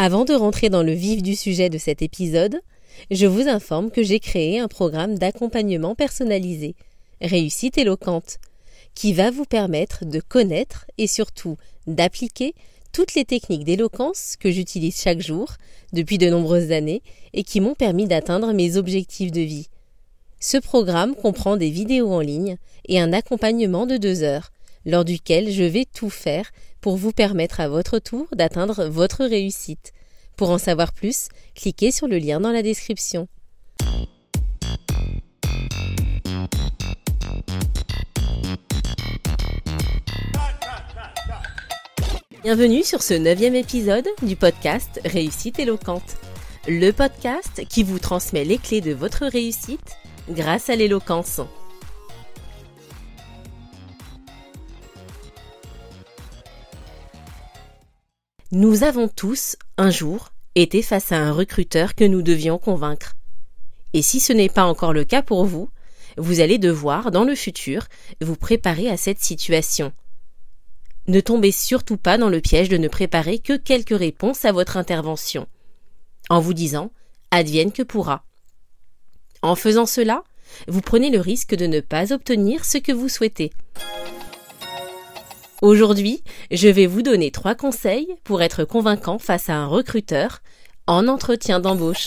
Avant de rentrer dans le vif du sujet de cet épisode, je vous informe que j'ai créé un programme d'accompagnement personnalisé, Réussite éloquente, qui va vous permettre de connaître et surtout d'appliquer toutes les techniques d'éloquence que j'utilise chaque jour depuis de nombreuses années et qui m'ont permis d'atteindre mes objectifs de vie. Ce programme comprend des vidéos en ligne et un accompagnement de 2 heures, lors duquel je vais tout faire pour vous permettre à votre tour d'atteindre votre réussite. Pour en savoir plus, cliquez sur le lien dans la description. Bienvenue sur ce 9e épisode du podcast Réussite éloquente, le podcast qui vous transmet les clés de votre réussite grâce à l'éloquence. Nous avons tous, un jour, été face à un recruteur que nous devions convaincre. Et si ce n'est pas encore le cas pour vous, vous allez devoir, dans le futur, vous préparer à cette situation. Ne tombez surtout pas dans le piège de ne préparer que quelques réponses à votre intervention, en vous disant « advienne que pourra ». En faisant cela, vous prenez le risque de ne pas obtenir ce que vous souhaitez. Aujourd'hui, je vais vous donner 3 conseils pour être convaincant face à un recruteur en entretien d'embauche.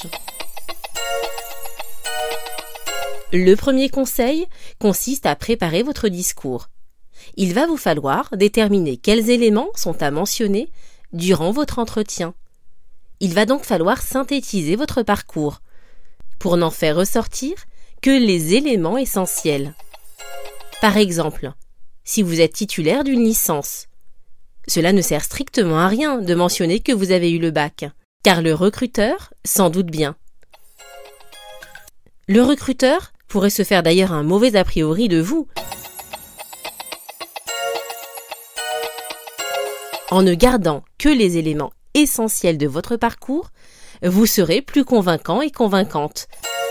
Le premier conseil consiste à préparer votre discours. Il va vous falloir déterminer quels éléments sont à mentionner durant votre entretien. Il va donc falloir synthétiser votre parcours pour n'en faire ressortir que les éléments essentiels. Par exemple, si vous êtes titulaire d'une licence, cela ne sert strictement à rien de mentionner que vous avez eu le bac, car le recruteur s'en doute bien. Le recruteur pourrait se faire d'ailleurs un mauvais a priori de vous. En ne gardant que les éléments essentiels de votre parcours, vous serez plus convaincant et convaincante.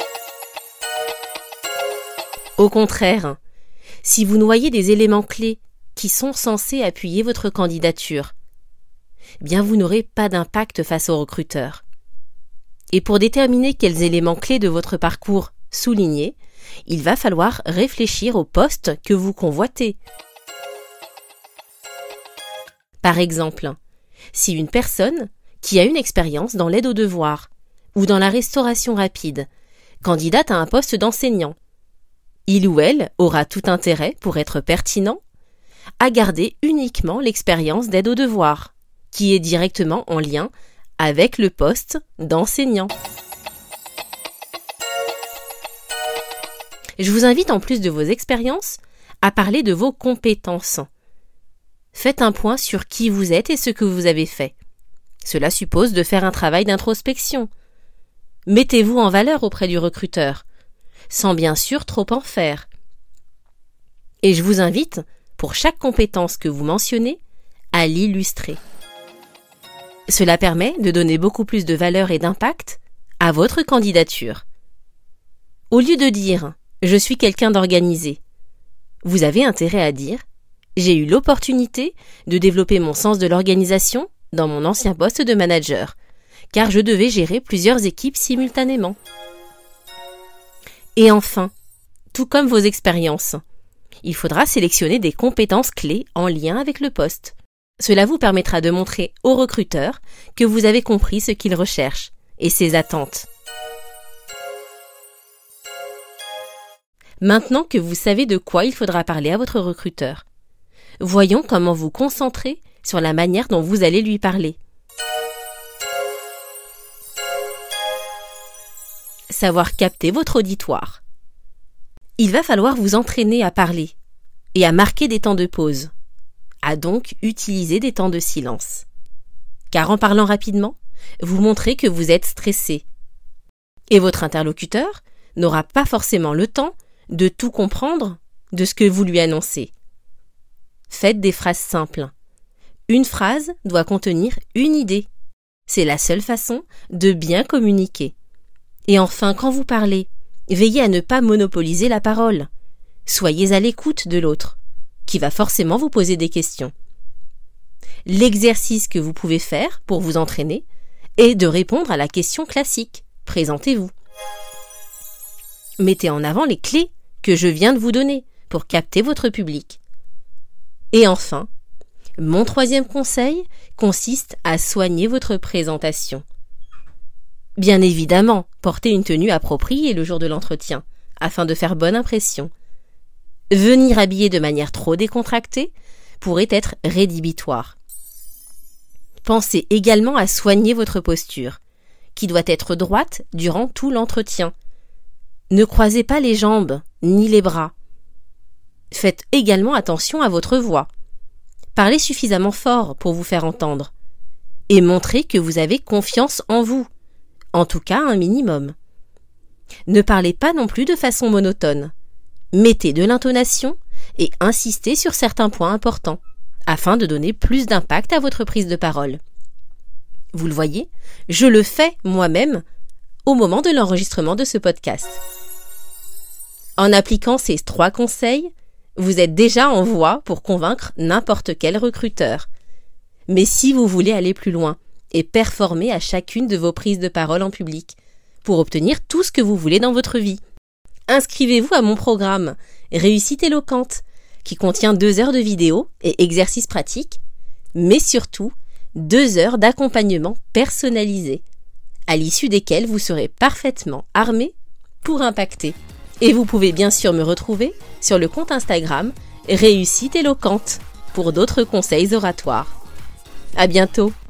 Au contraire, si vous noyez des éléments clés qui sont censés appuyer votre candidature, bien vous n'aurez pas d'impact face au recruteur. Et pour déterminer quels éléments clés de votre parcours souligner, il va falloir réfléchir au poste que vous convoitez. Par exemple, si une personne qui a une expérience dans l'aide aux devoirs ou dans la restauration rapide candidate à un poste d'enseignant, il ou elle aura tout intérêt, pour être pertinent, à garder uniquement l'expérience d'aide aux devoirs, qui est directement en lien avec le poste d'enseignant. Je vous invite, en plus de vos expériences, à parler de vos compétences. Faites un point sur qui vous êtes et ce que vous avez fait. Cela suppose de faire un travail d'introspection. Mettez-vous en valeur auprès du recruteur, sans bien sûr trop en faire. Et je vous invite, pour chaque compétence que vous mentionnez, à l'illustrer. Cela permet de donner beaucoup plus de valeur et d'impact à votre candidature. Au lieu de dire « je suis quelqu'un d'organisé », vous avez intérêt à dire « j'ai eu l'opportunité de développer mon sens de l'organisation dans mon ancien poste de manager, car je devais gérer plusieurs équipes simultanément. » Et enfin, tout comme vos expériences, il faudra sélectionner des compétences clés en lien avec le poste. Cela vous permettra de montrer au recruteur que vous avez compris ce qu'il recherche et ses attentes. Maintenant que vous savez de quoi il faudra parler à votre recruteur, voyons comment vous concentrer sur la manière dont vous allez lui parler. Savoir capter votre auditoire. Il va falloir vous entraîner à parler et à marquer des temps de pause, à donc utiliser des temps de silence. Car en parlant rapidement, vous montrez que vous êtes stressé. Et votre interlocuteur n'aura pas forcément le temps de tout comprendre de ce que vous lui annoncez. Faites des phrases simples. Une phrase doit contenir une idée. C'est la seule façon de bien communiquer. Et enfin, quand vous parlez, veillez à ne pas monopoliser la parole. Soyez à l'écoute de l'autre, qui va forcément vous poser des questions. L'exercice que vous pouvez faire pour vous entraîner est de répondre à la question classique. Présentez-vous. Mettez en avant les clés que je viens de vous donner pour capter votre public. Et enfin, mon troisième conseil consiste à soigner votre présentation. Bien évidemment, portez une tenue appropriée le jour de l'entretien, afin de faire bonne impression. Venir habillé de manière trop décontractée pourrait être rédhibitoire. Pensez également à soigner votre posture, qui doit être droite durant tout l'entretien. Ne croisez pas les jambes, ni les bras. Faites également attention à votre voix. Parlez suffisamment fort pour vous faire entendre. Et montrez que vous avez confiance en vous. En tout cas, un minimum. Ne parlez pas non plus de façon monotone. Mettez de l'intonation et insistez sur certains points importants, afin de donner plus d'impact à votre prise de parole. Vous le voyez, je le fais moi-même au moment de l'enregistrement de ce podcast. En appliquant ces 3 conseils, vous êtes déjà en voie pour convaincre n'importe quel recruteur. Mais si vous voulez aller plus loin et performer à chacune de vos prises de parole en public, pour obtenir tout ce que vous voulez dans votre vie, inscrivez-vous à mon programme Réussite éloquente, qui contient 2 heures de vidéos et exercices pratiques, mais surtout 2 heures d'accompagnement personnalisé, à l'issue desquels vous serez parfaitement armé pour impacter. Et vous pouvez bien sûr me retrouver sur le compte Instagram Réussite éloquente pour d'autres conseils oratoires. À bientôt!